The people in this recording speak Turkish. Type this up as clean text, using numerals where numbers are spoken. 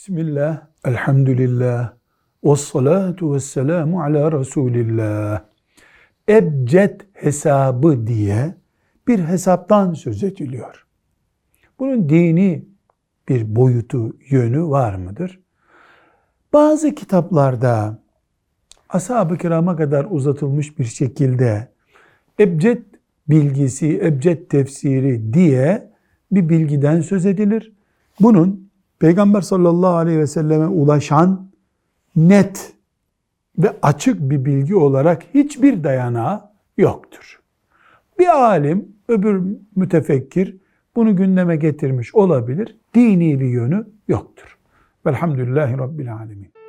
Bismillah, elhamdülillah, ve salatu ve selamu ala Resulillah. Ebced hesabı diye bir hesaptan söz ediliyor. Bunun dini bir boyutu, yönü var mıdır? Bazı kitaplarda ashab-ı kirama kadar uzatılmış bir şekilde ebced bilgisi, ebced tefsiri diye bir bilgiden söz edilir. Bunun Peygamber sallallahu aleyhi ve selleme ulaşan net ve açık bir bilgi olarak hiçbir dayanağı yoktur. Bir alim, öbür mütefekkir bunu gündeme getirmiş olabilir. Dini bir yönü yoktur. Velhamdülillahi Rabbil alemin.